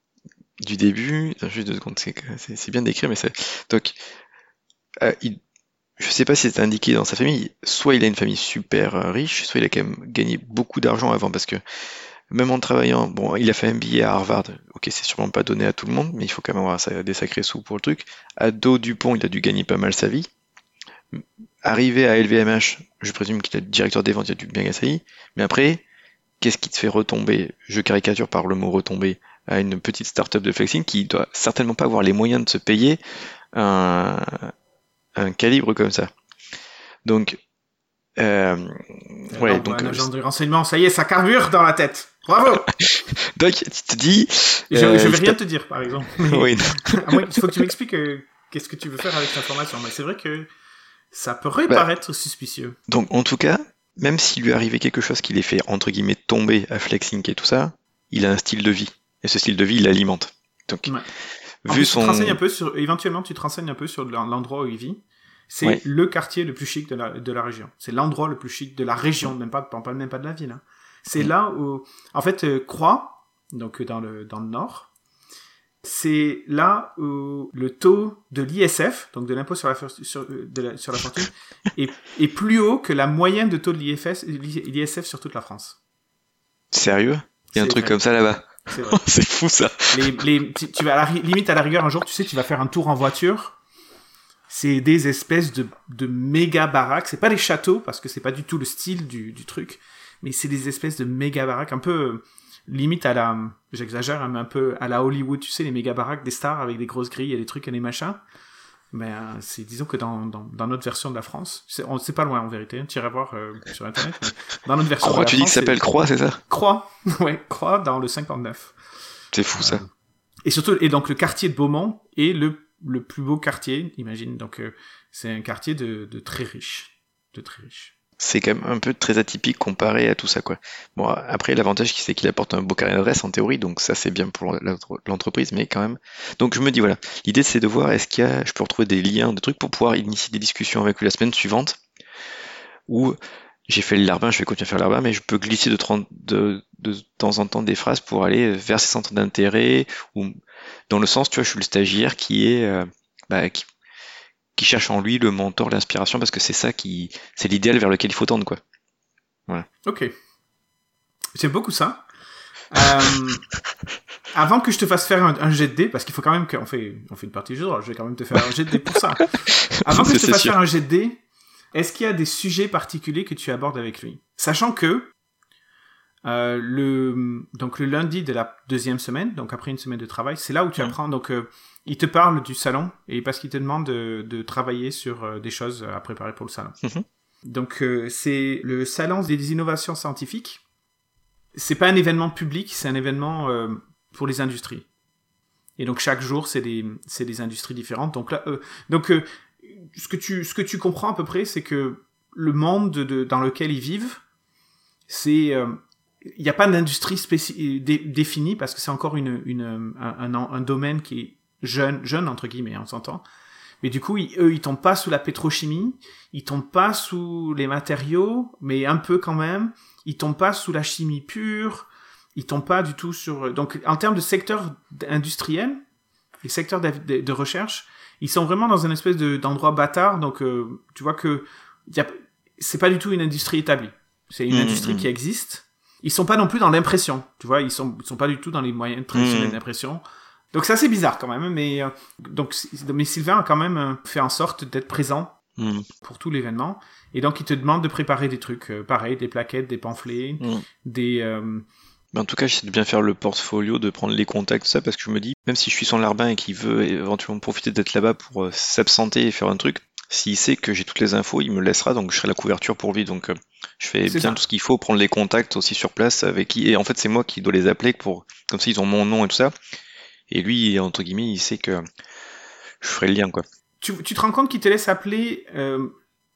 Speaker 2: du début, attends, juste deux secondes, c'est, c'est, c'est bien décrit, mais c'est donc euh, il je sais pas si c'est indiqué dans sa famille, soit il a une famille super euh, riche, soit il a quand même gagné beaucoup d'argent avant, parce que même en travaillant, bon, il a fait un billet à Harvard, ok, c'est sûrement pas donné à tout le monde, mais il faut quand même avoir ça- des sacrés sous pour le truc. À dos Dupont, il a dû gagner pas mal sa vie. Arrivé à L V M H, je présume qu'il est directeur des ventes, il a dû bien gagner sa vie. Mais après, qu'est-ce qui te fait retomber, je caricature par le mot retomber, à une petite start-up de flexing qui doit certainement pas avoir les moyens de se payer un, un calibre comme ça. Donc, euh, ouais,
Speaker 1: Alors,
Speaker 2: donc,
Speaker 1: un
Speaker 2: euh,
Speaker 1: agent de renseignement, ça y est, ça carbure dans la tête. Bravo.
Speaker 2: donc tu te dis,
Speaker 1: Je,
Speaker 2: euh,
Speaker 1: je vais
Speaker 2: je
Speaker 1: rien
Speaker 2: t'a-
Speaker 1: te dire, par exemple. Mais-
Speaker 2: oui,
Speaker 1: À moins, il faut que tu m'expliques euh, qu'est-ce que tu veux faire avec cette information. Mais c'est vrai que ça pourrait
Speaker 2: Bah.
Speaker 1: paraître suspicieux.
Speaker 2: donc en tout cas, même s'il lui arrivait quelque chose qui les fait entre guillemets tomber à flexing et tout ça, il a un style de vie et ce style de vie il l'alimente. Donc,
Speaker 1: Ouais. En
Speaker 2: vu
Speaker 1: plus,
Speaker 2: son,
Speaker 1: tu te renseignes un peu sur, éventuellement, tu te renseignes un peu sur l'en- l'endroit où il vit. C'est
Speaker 2: Ouais.
Speaker 1: le quartier le plus chic de la, de la région. C'est l'endroit le plus chic de la région, même pas, on parle même pas de la ville. Hein. C'est
Speaker 2: Mm.
Speaker 1: là où, en fait, euh, Croix, donc euh, dans le, dans le nord, c'est là où le taux de l'I S F, donc de l'impôt sur la, for- sur, euh, de la, sur la fortune, est, est plus haut que la moyenne de taux de l'I F S l'I S F sur toute la France.
Speaker 2: sérieux, il y a un
Speaker 1: C'est
Speaker 2: truc
Speaker 1: vrai.
Speaker 2: comme ça là-bas.
Speaker 1: C'est vrai.
Speaker 2: C'est fou ça.
Speaker 1: Les, les, tu, tu vas à la, ri- limite à la rigueur un jour, tu sais, tu vas faire un tour en voiture. c'est des espèces de, de méga baraques. C'est pas des châteaux, parce que c'est pas du tout le style du, du truc, mais c'est des espèces de méga baraques, un peu euh, limite à la, j'exagère, hein, mais un peu à la Hollywood, tu sais, les méga baraques des stars avec des grosses grilles et des trucs et des machins. Mais euh, c'est, disons que dans, dans, dans notre version de la France, c'est, on, c'est pas loin en vérité, hein, tu iras voir euh, sur internet, mais dans notre version
Speaker 2: Croix,
Speaker 1: de la
Speaker 2: tu
Speaker 1: France,
Speaker 2: dis que ça s'appelle Croix, c'est ça?
Speaker 1: Croix, ouais, Croix dans le cinquante-neuf.
Speaker 2: C'est fou, ça.
Speaker 1: Euh, et surtout, et donc le quartier de Beaumont est le, le plus beau quartier, imagine, donc euh, c'est un quartier de, de très riche, de très riche.
Speaker 2: C'est quand même un peu très atypique comparé à tout ça, quoi. Bon, après, l'avantage, c'est qu'il apporte un beau carnet d'adresse en théorie, donc ça, c'est bien pour l'entreprise, mais quand même. Donc, je me dis, voilà, l'idée, c'est de voir, est-ce qu'il y a, je peux retrouver des liens, des trucs pour pouvoir initier des discussions avec lui la semaine suivante, où j'ai fait le larbin, je vais continuer à faire le larbin, mais je peux glisser de, trente, de, de temps en temps des phrases pour aller vers ses centres d'intérêt, ou dans le sens, tu vois, je suis le stagiaire qui est, euh, bah, qui, qui cherche en lui le mentor, l'inspiration, parce que c'est ça qui, c'est l'idéal vers lequel il faut tendre, quoi. Voilà.
Speaker 1: Ok. J'aime beaucoup ça. Euh, avant que je te fasse faire un, un jet de dés, parce qu'il faut quand même qu'on fait, on fait une partie jeu de rôle, je vais quand même te faire un jet de dés pour ça. Avant que je te fasse sûr. faire un jet de dés, est-ce qu'il y a des sujets particuliers que tu abordes avec lui? Sachant que, euh, le, donc le lundi de la deuxième semaine, donc après une semaine de travail, c'est là où tu mmh. apprends, donc, euh, il te parle du salon, et parce qu'il te demande de, de travailler sur euh, des choses à préparer pour le salon. Mmh. Donc, euh, c'est le salon des innovations scientifiques. C'est pas un événement public, c'est un événement euh, pour les industries. Et donc, chaque jour, c'est des, c'est des industries différentes. Donc là, euh, donc, euh, ce que tu, ce que tu comprends à peu près, c'est que le monde de, de, dans lequel ils vivent, c'est, il euh, n'y a pas d'industrie spéci- dé, définie parce que c'est encore une, une, un, un, un domaine qui est jeune, jeune entre guillemets, on s'entend. Mais du coup, ils, eux, ils tombent pas sous la pétrochimie, ils tombent pas sous les matériaux, mais un peu quand même. Ils tombent pas sous la chimie pure, ils tombent pas du tout sur. Donc, en termes de secteur industriel, les secteurs de, de, de recherche, ils sont vraiment dans une espèce de, d'endroit bâtard. Donc, euh, tu vois que y a, c'est pas du tout une industrie établie. C'est une mmh, industrie mmh. qui existe. Ils sont pas non plus dans l'impression. Tu vois, ils sont, ils sont pas du tout dans les moyens traditionnels mmh. d'impression. Donc, c'est assez bizarre quand même. Mais euh, donc, mais Sylvain a quand même euh, fait en sorte d'être présent mmh. pour tout l'événement. Et donc, il te demande de préparer des trucs, euh, pareil, des plaquettes, des pamphlets, mmh. des. Euh,
Speaker 2: Mais en tout cas, j'essaie de bien faire le portfolio, de prendre les contacts, tout ça, parce que je me dis, même si je suis son larbin et qu'il veut éventuellement profiter d'être là-bas pour euh, s'absenter et faire un truc, s'il sait que j'ai toutes les infos, il me laissera, donc je serai la couverture pour lui. Donc euh, je fais c'est bien ça. Tout ce qu'il faut, prendre les contacts aussi sur place avec qui. Et en fait, c'est moi qui dois les appeler pour, comme ça, ils ont mon nom et tout ça. Et lui, entre guillemets, il sait que je ferai le lien, quoi.
Speaker 1: Tu, tu te rends compte qu'il te laisse appeler euh,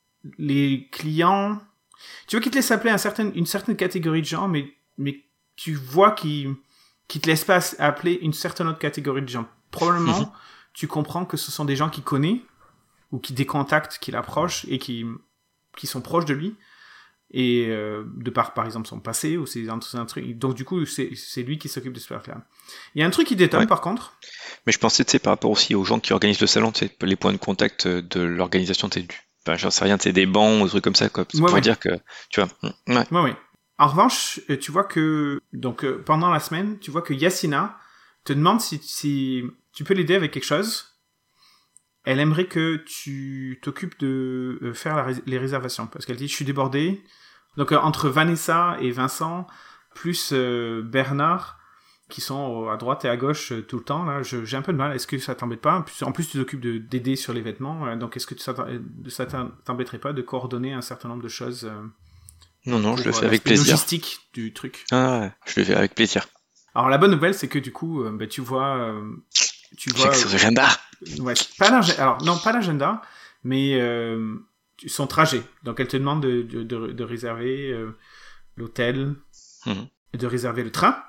Speaker 1: les clients. Tu vois qu'il te laisse appeler un certain, une certaine catégorie de gens, mais, mais tu vois qu'il ne te laisse pas appeler une certaine autre catégorie de gens. Probablement, mmh. tu comprends que ce sont des gens qu'il connaît, ou qui décontactent, qui l'approchent, et qui, qui sont proches de lui, et euh, de par, par exemple, son passé, ou c'est un, un truc. Donc, du coup, c'est, c'est lui qui s'occupe de ce truc-là. Il y a un truc qui détonne, ouais. par contre.
Speaker 2: Mais je pensais, tu sais, par rapport aussi aux gens qui organisent le salon, tu sais, les points de contact de l'organisation, tu sais, enfin, j'en sais rien, tu sais, des bancs, ou des trucs comme ça, quoi. C'est ouais, pour ouais. dire que, tu vois. Ouais,
Speaker 1: ouais. ouais. En revanche, tu vois que, donc, euh, pendant la semaine, tu vois que Yacina te demande si, si tu peux l'aider avec quelque chose. Elle aimerait que tu t'occupes de euh, faire la rés- les réservations. Parce qu'elle dit, je suis débordée. Donc, euh, entre Vanessa et Vincent, plus euh, Bernard, qui sont à droite et à gauche euh, tout le temps, là, je, j'ai un peu de mal. Est-ce que ça t'embête pas? En plus, tu t'occupes de, d'aider sur les vêtements. Euh, donc, est-ce que ça, ça t'embêterait pas de coordonner un certain nombre de choses euh,
Speaker 2: Non, non, pour, je le fais avec plaisir.
Speaker 1: Logistique du truc.
Speaker 2: Ah ouais, je le fais avec plaisir.
Speaker 1: Alors, la bonne nouvelle, c'est que du coup, euh, bah, tu vois... Euh, tu vois...
Speaker 2: J'ai l'agenda.
Speaker 1: Ouais, pas l'agenda. Alors, non, pas l'agenda, mais euh, son trajet. Donc, elle te demande de, de, de, de réserver euh, l'hôtel, mmh. de réserver le train.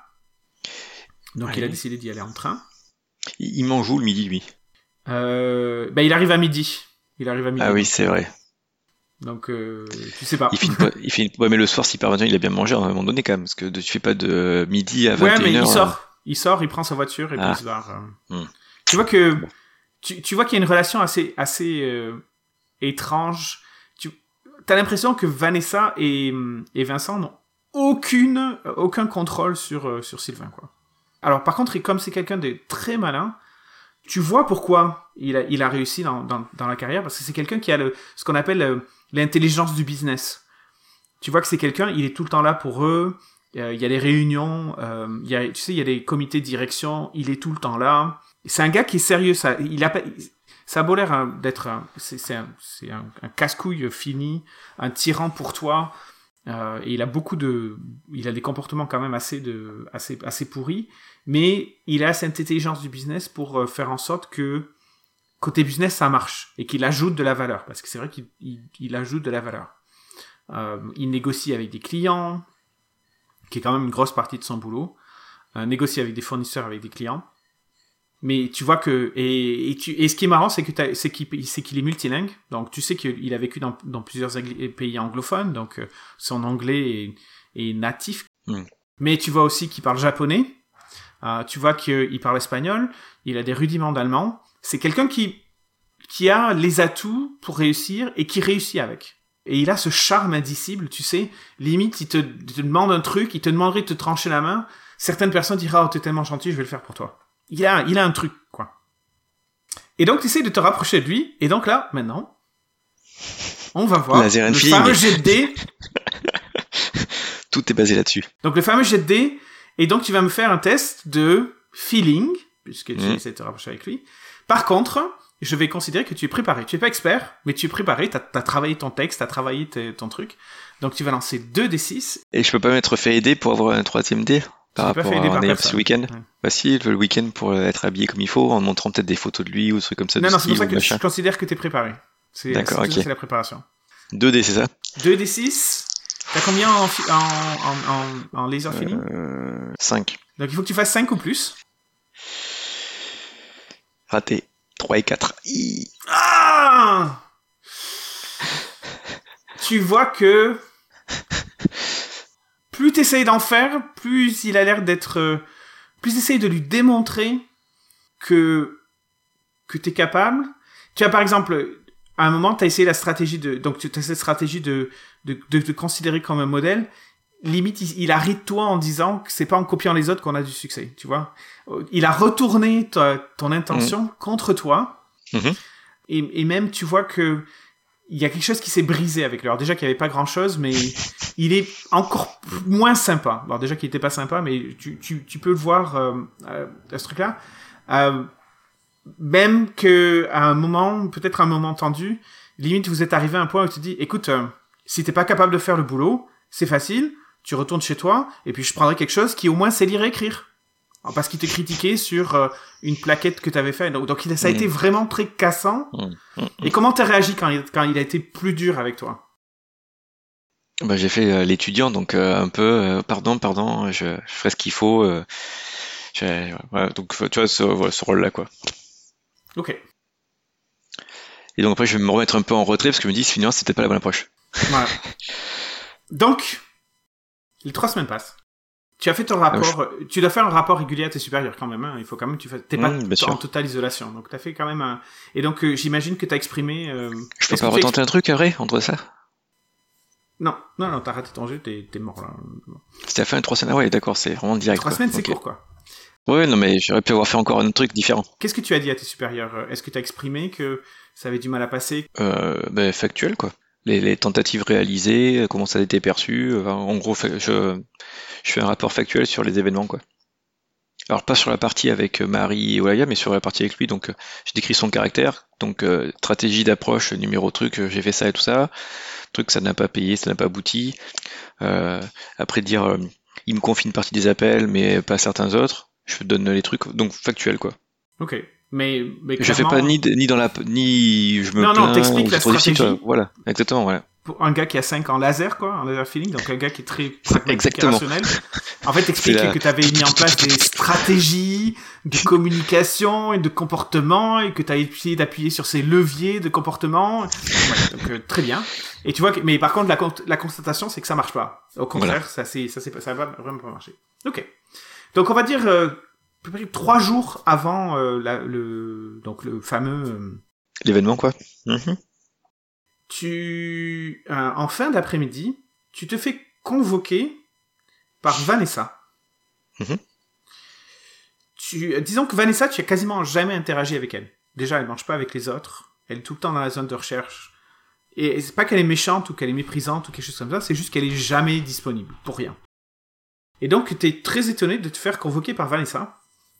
Speaker 1: Donc, ouais. il a décidé d'y aller en train.
Speaker 2: Il, il mange où le midi, lui
Speaker 1: euh, bah, il arrive à midi. Il arrive à midi.
Speaker 2: Ah oui, c'est vrai.
Speaker 1: Donc, euh, tu sais pas.
Speaker 2: Il finit pas, il finit, ouais, mais le soir, s'il part vingt et une heures, il a bien mangé à un moment donné, quand même. Parce que tu fais pas de midi à vingt et une heures. Ouais, mais
Speaker 1: il sort. Euh... Il sort, il prend sa voiture et ah. puis il se barre. Euh... Mmh. Tu vois que... Tu, tu vois qu'il y a une relation assez, assez euh, étrange. Tu as l'impression que Vanessa et, et Vincent n'ont aucune, aucun contrôle sur, euh, sur Sylvain, quoi. Alors, par contre, comme c'est quelqu'un de très malin, tu vois pourquoi il a, il a réussi dans, dans, dans la carrière, parce que c'est quelqu'un qui a le, ce qu'on appelle le, l'intelligence du business. Tu vois que c'est quelqu'un, il est tout le temps là pour eux, euh, il y a des réunions, euh, il y a, tu sais, il y a des comités de direction, il est tout le temps là. C'est un gars qui est sérieux, ça, il a pas, ça a beau l'air hein, d'être un, c'est, c'est un, c'est un, un casse-couille fini, un tyran pour toi, euh, et il a beaucoup de, il a des comportements quand même assez de, assez, assez pourris, mais il a cette intelligence du business pour faire en sorte que côté business ça marche et qu'il ajoute de la valeur, parce que c'est vrai qu'il il, il ajoute de la valeur. Euh, il négocie avec des clients, qui est quand même une grosse partie de son boulot, euh, négocie avec des fournisseurs, avec des clients. Mais tu vois que et, et, tu, et ce qui est marrant, c'est que t'as, c'est qu'il c'est qu'il est multilingue. Donc tu sais qu'il a vécu dans, dans plusieurs pays anglophones, donc euh, son anglais est, est natif. Mm. Mais tu vois aussi qu'il parle japonais. Euh, tu vois qu'il parle espagnol. Il a des rudiments d'allemand. C'est quelqu'un qui qui a les atouts pour réussir et qui réussit avec. Et il a ce charme indicible, tu sais. Limite, il te, il te demande un truc, il te demanderait de te trancher la main. Certaines personnes diraient, oh, t'es tellement gentil, je vais le faire pour toi. Il a, il a un truc, quoi. Et donc, tu essaies de te rapprocher de lui. Et donc là, maintenant, on va voir le fameux jet de dés.
Speaker 2: Tout est basé là-dessus.
Speaker 1: Donc, le fameux jet de dés. Et donc, tu vas me faire un test de feeling, puisque tu mmh. essaies de te rapprocher avec lui. Par contre, je vais considérer que tu es préparé. Tu es pas expert, mais tu es préparé. T'as, t'as travaillé ton texte, t'as travaillé t- ton truc. Donc, tu vas lancer deux d six.
Speaker 2: Et je peux pas m'être fait aider pour avoir un troisième dé par rapport à un ayant ce week-end. Ouais. Bah si, le week-end pour être habillé comme il faut, en montrant peut-être des photos de lui ou des trucs comme ça.
Speaker 1: Non, non, c'est pour ça que machin. Je considère que t'es préparé. C'est,
Speaker 2: D'accord,
Speaker 1: c'est,
Speaker 2: ok.
Speaker 1: C'est la préparation.
Speaker 2: deux dés, c'est ça?
Speaker 1: deux d six. T'as combien en, fi- en, en, en, en laser feeling?
Speaker 2: euh, cinq.
Speaker 1: Donc, il faut que tu fasses cinq ou plus.
Speaker 2: Raté. trois et quatre.
Speaker 1: Ah! Tu vois que plus t'essayes d'en faire, plus il a l'air d'être... Plus t'essayes de lui démontrer que, que t'es capable. Tu as par exemple, à un moment, t'as essayé la stratégie de... Donc, tu as cette stratégie de, de, de te considérer comme un modèle. Limite, il, il a ri de toi en disant que c'est pas en copiant les autres qu'on a du succès, tu vois. Il a retourné ta, ton intention mmh. contre toi. Mmh. Et, et même, tu vois que il y a quelque chose qui s'est brisé avec lui. Alors déjà qu'il n'y avait pas grand-chose, mais il est encore moins sympa. Alors déjà qu'il n'était pas sympa, mais tu, tu, tu peux le voir euh, euh, à ce truc-là. Euh, même que à un moment, peut-être à un moment tendu, limite vous êtes arrivé à un point où tu te dis, écoute, euh, si t'es pas capable de faire le boulot, c'est facile, tu retournes chez toi, et puis je prendrai quelque chose qui au moins sait lire et écrire. Alors, parce qu'il te critiquait sur euh, une plaquette que tu avais fait. Donc, donc ça a mmh. été vraiment très cassant. Mmh. Mmh. Et comment t'as réagi quand il, quand il a été plus dur avec toi?
Speaker 2: Bah, j'ai fait euh, l'étudiant, donc euh, un peu, euh, pardon, pardon, je, je ferai ce qu'il faut. Euh, je, voilà, donc tu vois, ce, voilà, ce rôle-là, quoi.
Speaker 1: Ok.
Speaker 2: Et donc après, je vais me remettre un peu en retrait, parce que je me dis, finalement, c'était pas la bonne approche.
Speaker 1: Voilà. Donc, les trois semaines passent. Tu as fait ton rapport, ah, je... tu dois faire un rapport régulier à tes supérieurs quand même, hein. Il faut quand même que tu fasses, t'es pas mmh, t- en totale isolation, donc t'as fait quand même un, et donc euh, j'imagine que t'as exprimé, euh...
Speaker 2: Je peux pas retenter exp... un truc, Harry, entre ça?
Speaker 1: Non, non, non, t'as raté ton jeu, t'es, t'es mort, là.
Speaker 2: C'était à fin de trois semaines, ah ouais, d'accord, c'est vraiment direct.
Speaker 1: Trois
Speaker 2: quoi.
Speaker 1: semaines, c'est
Speaker 2: okay.
Speaker 1: court, quoi.
Speaker 2: Ouais, non, mais j'aurais pu avoir fait encore un truc différent.
Speaker 1: Qu'est-ce que tu as dit à tes supérieurs? Est-ce que t'as exprimé que ça avait du mal à passer?
Speaker 2: Euh, ben, factuel, quoi. Les, les tentatives réalisées, comment ça a été perçu, enfin, en gros, je, je fais un rapport factuel sur les événements, quoi. Alors pas sur la partie avec Marie et Olaya, mais sur la partie avec lui, donc je décris son caractère, donc euh, stratégie d'approche, numéro truc, j'ai fait ça et tout ça, truc ça n'a pas payé, ça n'a pas abouti, euh, après dire, euh, il me confie une partie des appels, mais pas certains autres, je donne les trucs, donc factuel, quoi.
Speaker 1: Ok. Mais, mais clairement...
Speaker 2: Je fais pas ni, ni dans la, ni je me
Speaker 1: non,
Speaker 2: plains,
Speaker 1: non, t'expliques la stratégie.
Speaker 2: Difficile, voilà, exactement, voilà.
Speaker 1: Pour un gars qui a cinq en laser, quoi, en laser feeling, donc un gars qui est très pragmatique et rationnel. En fait, t'expliques la... que t'avais mis en place des stratégies de communication et de comportement et que t'as essayé d'appuyer sur ces leviers de comportement. Ouais, donc, euh, très bien. Et tu vois que, mais par contre, la, la constatation, c'est que ça marche pas. Au contraire, voilà. ça, c'est, ça, c'est, ça va vraiment pas marcher. Ok. Donc, on va dire, euh, à peu près trois jours avant euh, la, le, donc le fameux euh,
Speaker 2: l'événement, quoi. Mm-hmm.
Speaker 1: Tu, euh, en fin d'après-midi, tu te fais convoquer par Vanessa. Mm-hmm. tu, disons que Vanessa, tu as quasiment jamais interagi avec elle. Déjà, elle mange pas avec les autres. Elle est tout le temps dans la zone de recherche. Et c'est pas qu'elle est méchante ou qu'elle est méprisante ou quelque chose comme ça, c'est juste qu'elle est jamais disponible pour rien. Et donc, tu es très étonné de te faire convoquer par Vanessa,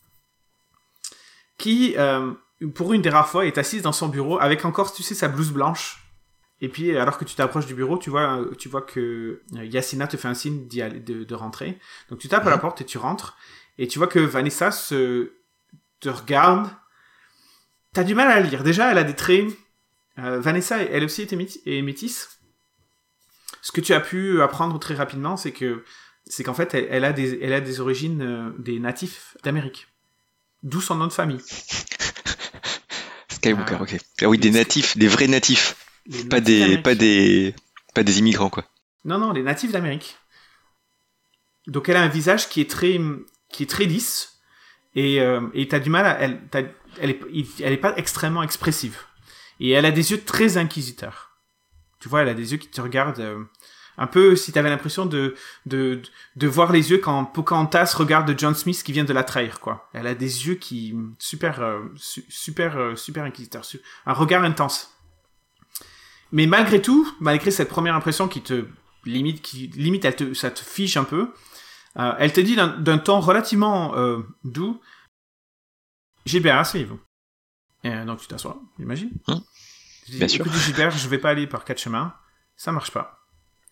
Speaker 1: qui, euh, pour une des rares fois, est assise dans son bureau avec encore, tu sais, sa blouse blanche. Et puis, alors que tu t'approches du bureau, tu vois, tu vois que Yasina te fait un signe d'y aller, de, de rentrer. Donc, tu tapes à la porte et tu rentres. Et tu vois que Vanessa se, te regarde. T'as du mal à la lire. Déjà, elle a des traits. Euh, Vanessa, elle aussi était métis- est métisse. Ce que tu as pu apprendre très rapidement, c'est que, c'est qu'en fait, elle, elle a des, elle a des origines euh, des natifs d'Amérique. D'où son nom de famille.
Speaker 2: Skywalker, ah, ok. Ah oui, des natifs, des vrais natifs.
Speaker 1: Les
Speaker 2: pas
Speaker 1: natifs
Speaker 2: des, pas des, pas des immigrants, quoi.
Speaker 1: Non, non, les natifs d'Amérique. Donc, elle a un visage qui est très, qui est très lisse. Et, euh, et t'as du mal à, elle, t'as, elle est, elle est pas extrêmement expressive. Et elle a des yeux très inquisiteurs. Tu vois, elle a des yeux qui te regardent, euh, un peu si t'avais l'impression de, de, de voir les yeux quand Pocahontas regarde John Smith qui vient de la trahir, quoi. Elle a des yeux qui, super, euh, su, super, euh, super inquisiteurs. Su, un regard intense. Mais malgré tout, malgré cette première impression qui te limite, qui limite, elle te, ça te fiche un peu, euh, elle te dit d'un, d'un ton relativement euh, doux, Gilbert, asseyez-vous. Et euh, donc tu t'assois, j'imagine.
Speaker 2: Hum,
Speaker 1: Je dis,
Speaker 2: bien sûr.
Speaker 1: écoutez Gilbert, je vais pas aller par quatre chemins, ça marche pas.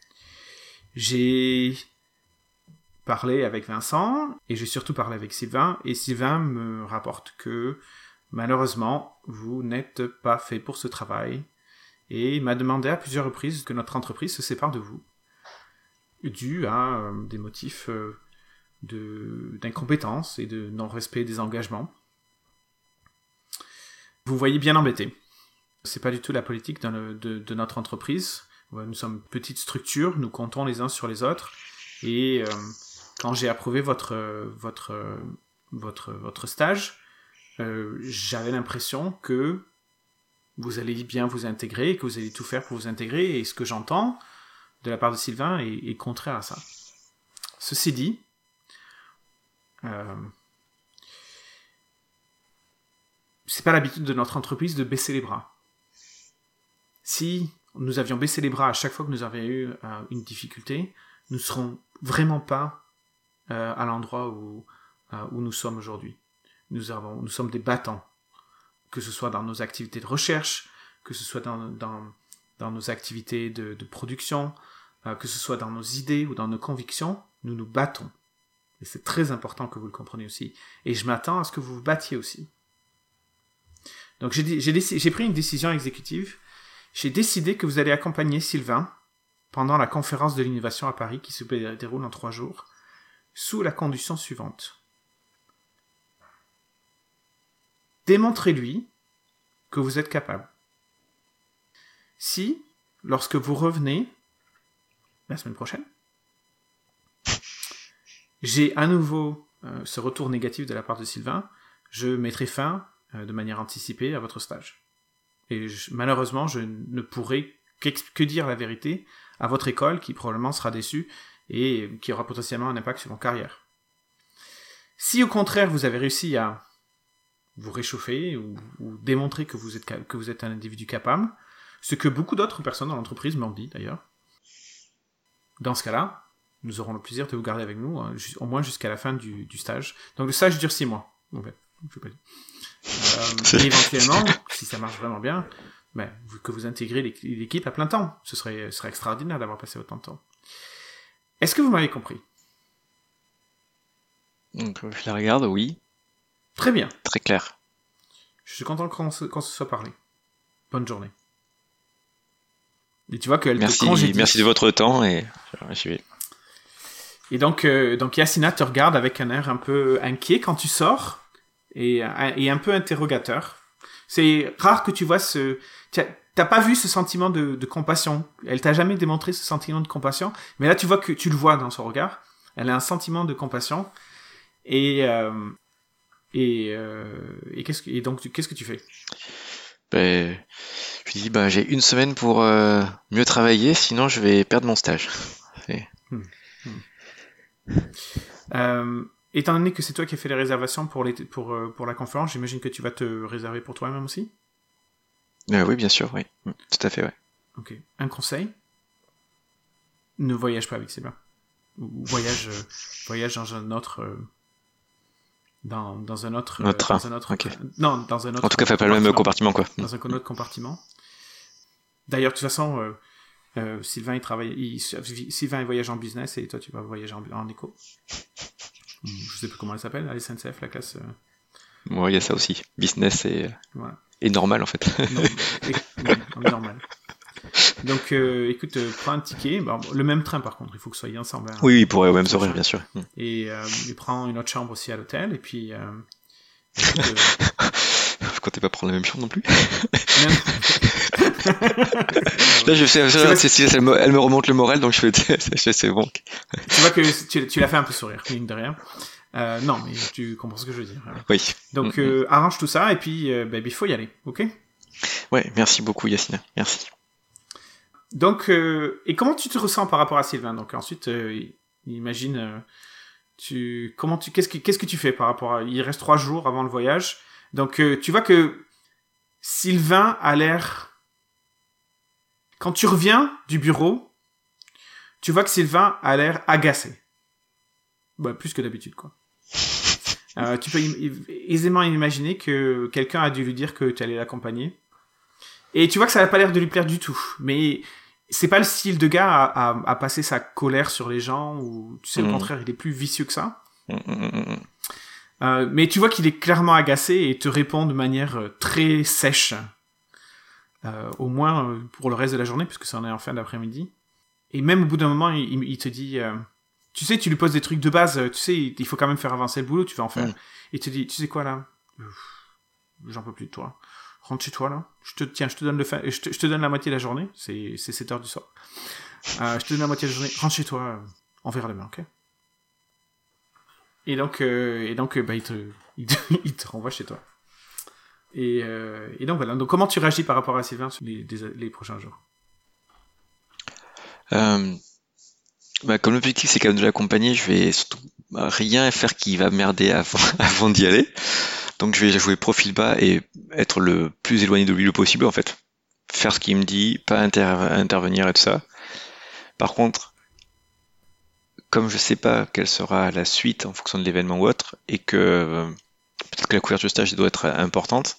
Speaker 1: J'ai parlé avec Vincent et j'ai surtout parlé avec Sylvain, et Sylvain me rapporte que malheureusement vous n'êtes pas fait pour ce travail. Et il m'a demandé à plusieurs reprises que notre entreprise se sépare de vous, dû à euh, des motifs euh, de, d'incompétence et de non-respect des engagements. Vous voyez bien embêté. C'est pas du tout la politique de, de, de notre entreprise. Nous sommes une petite structure, nous comptons les uns sur les autres. Et euh, quand j'ai approuvé votre, votre, votre, votre stage, euh, j'avais l'impression que vous allez bien vous intégrer, que vous allez tout faire pour vous intégrer, et ce que j'entends de la part de Sylvain est, est contraire à ça. Ceci dit, euh, c'est pas l'habitude de notre entreprise de baisser les bras. Si nous avions baissé les bras à chaque fois que nous avions eu euh, une difficulté, nous ne serons vraiment pas euh, à l'endroit où, euh, où nous sommes aujourd'hui. Nous, avons, nous sommes des battants. Que ce soit dans nos activités de recherche, que ce soit dans, dans, dans nos activités de, de production, euh, que ce soit dans nos idées ou dans nos convictions, nous nous battons. Et c'est très important que vous le compreniez aussi. Et je m'attends à ce que vous vous battiez aussi. Donc j'ai, j'ai, déc- j'ai pris une décision exécutive. J'ai décidé que vous allez accompagner Sylvain pendant la conférence de l'innovation à Paris qui se déroule en trois jours, sous la condition suivante. Démontrez-lui que vous êtes capable. Si, lorsque vous revenez la semaine prochaine, j'ai à nouveau euh, ce retour négatif de la part de Sylvain, je mettrai fin euh, de manière anticipée à votre stage. Et je, malheureusement, je ne pourrai que dire la vérité à votre école qui probablement sera déçue et qui aura potentiellement un impact sur mon carrière. Si au contraire vous avez réussi à vous réchauffer ou, ou démontrer que vous, êtes, que vous êtes un individu capable, ce que beaucoup d'autres personnes dans l'entreprise m'ont dit d'ailleurs, dans ce cas-là, nous aurons le plaisir de vous garder avec nous, hein, au moins jusqu'à la fin du, du stage. Donc le stage dure six mois, en fait. Je sais pas. Euh, et éventuellement, si ça marche vraiment bien, ben, que vous intégrez l'équipe à plein temps. Ce serait, ce serait extraordinaire d'avoir passé autant de temps. Est-ce que vous m'avez compris ?
Speaker 2: Donc, je la regarde, oui.
Speaker 1: Très bien.
Speaker 2: Très clair.
Speaker 1: Je suis content qu'on se, qu'on se soit parlé. Bonne journée. Et tu vois qu'elle
Speaker 2: merci,
Speaker 1: te congédie.
Speaker 2: Merci de votre temps et je vais.
Speaker 1: Et donc, euh, donc Yasina te regarde avec un air un peu inquiet quand tu sors et, et un peu interrogateur. C'est rare que tu vois ce... T'as pas vu ce sentiment de, de compassion. Elle t'a jamais démontré ce sentiment de compassion. Mais là, tu vois que tu le vois dans son regard. Elle a un sentiment de compassion. Et... Euh, et, euh, et, qu'est-ce que, et donc, qu'est-ce que tu fais ?
Speaker 2: Ben, je lui dis, ben, j'ai une semaine pour euh, mieux travailler, sinon je vais perdre mon stage. C'est...
Speaker 1: Hmm. Hmm. Euh, étant donné que c'est toi qui as fait les réservations pour, les, pour, euh, pour la conférence, j'imagine que tu vas te réserver pour toi-même aussi?
Speaker 2: Euh, oui, bien sûr, oui. Mm, tout à fait, ouais.
Speaker 1: Ok. Un conseil? Ne voyage pas avec Sylvain. Ou voyage, euh, voyage dans un autre... Euh, dans, dans un autre...
Speaker 2: Notre train.
Speaker 1: Dans un autre,
Speaker 2: Ok.
Speaker 1: Non, dans un autre...
Speaker 2: En tout cas, fais pas le même compartiment, quoi.
Speaker 1: Dans un autre compartiment. D'ailleurs, de toute façon, euh, euh, Sylvain, il travaille... Il, Sylvain, il voyage en business et toi, tu vas voyager en, en éco. Je sais plus comment elle s'appelle, la S N C F, la classe... Euh...
Speaker 2: Ouais, il y a ça aussi. Business et,
Speaker 1: voilà.
Speaker 2: et normal, en fait.
Speaker 1: Non, et, normal. Donc, euh, écoute, euh, prends un ticket. Bon, le même train, par contre, il faut que vous soyez ensemble. Hein,
Speaker 2: oui, oui, pour aux mêmes horaires, bien sûr.
Speaker 1: Et, euh, et prends une autre chambre aussi à l'hôtel. Et puis... Euh, écoute, euh...
Speaker 2: Je comptais pas prendre la même chambre non plus.
Speaker 1: Même...
Speaker 2: Là, je sais, c'est, c'est, c'est, elle, me, elle me remonte le moral, donc je fais, c'est, c'est bon.
Speaker 1: Tu vois que tu, tu l'as fait un peu sourire, mine de rien. Euh, non, mais tu comprends ce que je veux dire.
Speaker 2: Oui.
Speaker 1: Donc,
Speaker 2: mm-hmm. euh,
Speaker 1: arrange tout ça, et puis, euh, bah, il faut y aller, ok?
Speaker 2: Ouais, merci beaucoup, Yacine. Merci.
Speaker 1: Donc, euh, et comment tu te ressens par rapport à Sylvain? Donc, ensuite, euh, imagine, euh, tu, comment tu, qu'est-ce que, qu'est-ce que tu fais par rapport à, il reste trois jours avant le voyage. Donc, euh, tu vois que Sylvain a l'air, quand tu reviens du bureau, tu vois que Sylvain a l'air agacé. Bah, plus que d'habitude, quoi. Euh, tu peux im- aisément imaginer que quelqu'un a dû lui dire que tu allais l'accompagner. Et tu vois que ça n'a pas l'air de lui plaire du tout. Mais c'est pas le style de gars à, à, à passer sa colère sur les gens, ou tu sais, mmh. au contraire, il est plus vicieux que ça. Mmh. Euh, mais tu vois qu'il est clairement agacé et te répond de manière très sèche. Euh, au moins euh, pour le reste de la journée, puisque ça en est en fin d'après-midi. Et même au bout d'un moment, il, il te dit... Euh, tu sais, tu lui poses des trucs de base, tu sais, il faut quand même faire avancer le boulot, tu vas en faire. Mmh. Il te dit, tu sais quoi, là? J'en peux plus de toi. Rentre chez toi, là. Je te, tiens, je te donne le fin, je te, je te donne la moitié de la journée. C'est, c'est sept heures du soir. Euh, je te donne la moitié de la journée. Rentre chez toi. On verra demain, ok? Et donc, euh, et donc, bah, il te, il te, il te renvoie chez toi. Et, euh, et donc, voilà. Donc, comment tu réagis par rapport à Sylvain sur les, les, les prochains jours?
Speaker 2: Euh, bah, comme l'objectif, c'est quand même de l'accompagner, je vais surtout rien faire qui va merder avant, avant d'y aller. Donc je vais jouer profil bas et être le plus éloigné de lui le possible, en fait. Faire ce qu'il me dit, pas inter- intervenir et tout ça. Par contre, comme je sais pas quelle sera la suite en fonction de l'événement ou autre, et que euh, peut-être que la couverture de stage doit être importante,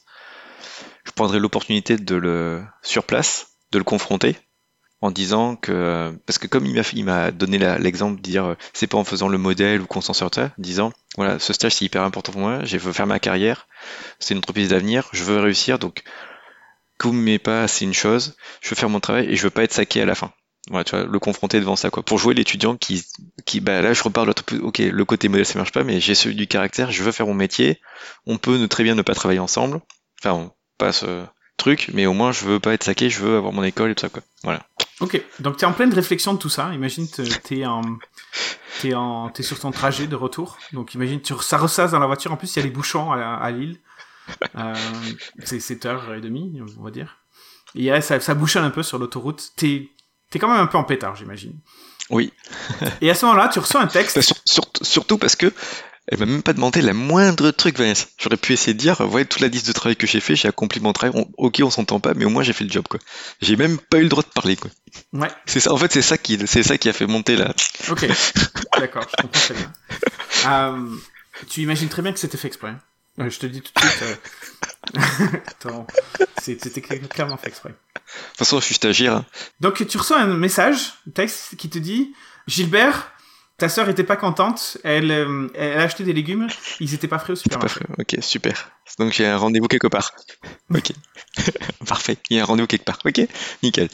Speaker 2: je prendrai l'opportunité de le, sur place, de le confronter, en disant que, parce que comme il m'a, il m'a donné la, l'exemple de dire, c'est pas en faisant le modèle ou qu'on s'en sort, disant, voilà, ce stage c'est hyper important pour moi, je veux faire ma carrière, c'est une entreprise d'avenir, je veux réussir, donc que vous m'aimez pas, c'est une chose, je veux faire mon travail et je veux pas être saqué à la fin. Voilà, tu vois, le confronter devant ça, quoi. Pour jouer l'étudiant qui, qui, bah là, je repars de l'autre, ok, le côté modèle ça marche pas, mais j'ai celui du caractère, je veux faire mon métier, on peut ne, très bien ne pas travailler ensemble, enfin, on passe euh, truc, mais au moins je veux pas être saqué, je veux avoir mon école et tout ça, quoi. Voilà.
Speaker 1: Ok, donc t'es en pleine réflexion de tout ça. Imagine t'es en, t'es en, t'es sur ton trajet de retour. Donc imagine tu ça ressasse dans la voiture. En plus il y a les bouchons à, à Lille. Euh, c'est sept heures trente, on va dire. Et yeah, ça, ça bouchonne un peu sur l'autoroute. T'es, t'es quand même un peu en pétard, j'imagine.
Speaker 2: Oui.
Speaker 1: Et à ce moment-là, tu reçois un texte.
Speaker 2: Bah, sur, sur, surtout parce que elle m'a même pas demandé la moindre truc, Vanessa. J'aurais pu essayer de dire, voyez toute la liste de travail que j'ai fait, j'ai accompli mon travail. On, ok, on s'entend pas, mais au moins j'ai fait le job, quoi. J'ai même pas eu le droit de parler, quoi.
Speaker 1: Ouais.
Speaker 2: C'est ça. En fait, c'est ça qui, c'est ça qui a fait monter la.
Speaker 1: Ok. D'accord, je comprends très bien. Euh, tu imagines très bien que c'était fait exprès. Euh, je te dis tout de suite. Euh... Attends, c'était clairement fait exprès.
Speaker 2: De toute façon, je suis stagiaire. Hein.
Speaker 1: Donc tu reçois un message, un texte qui te dit, Gilbert. Ta sœur était pas contente, elle, euh, elle a acheté des légumes, ils étaient pas frais au supermarché.
Speaker 2: Ok, super. Donc j'ai un rendez-vous quelque part. Ok. Parfait. Il y a un rendez-vous quelque part. Ok, nickel.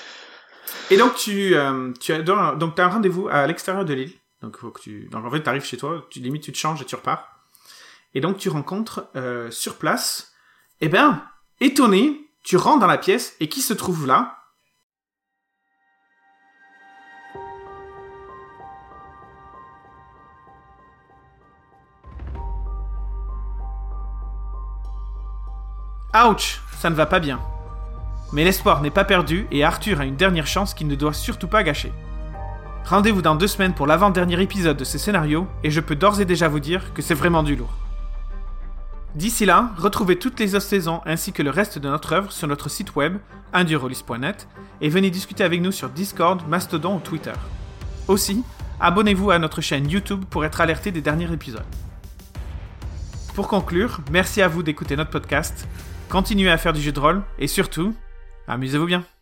Speaker 1: Et donc tu, euh, tu as donc t'as un rendez-vous à l'extérieur de l'île. Donc faut que tu, donc en fait t'arrives chez toi, tu limite tu te changes et tu repars. Et donc tu rencontres euh, sur place, eh ben étonné, tu rentres dans la pièce et qui se trouve là? Ouch, ça ne va pas bien. Mais l'espoir n'est pas perdu et Arthur a une dernière chance qu'il ne doit surtout pas gâcher. Rendez-vous dans deux semaines pour l'avant-dernier épisode de ce scénario, et je peux d'ores et déjà vous dire que c'est vraiment du lourd. D'ici là, retrouvez toutes les autres saisons ainsi que le reste de notre œuvre sur notre site web, indurolist point net, et venez discuter avec nous sur Discord, Mastodon ou Twitter. Aussi, abonnez-vous à notre chaîne YouTube pour être alerté des derniers épisodes. Pour conclure, merci à vous d'écouter notre podcast, continuez à faire du jeu de rôle, et surtout, amusez-vous bien.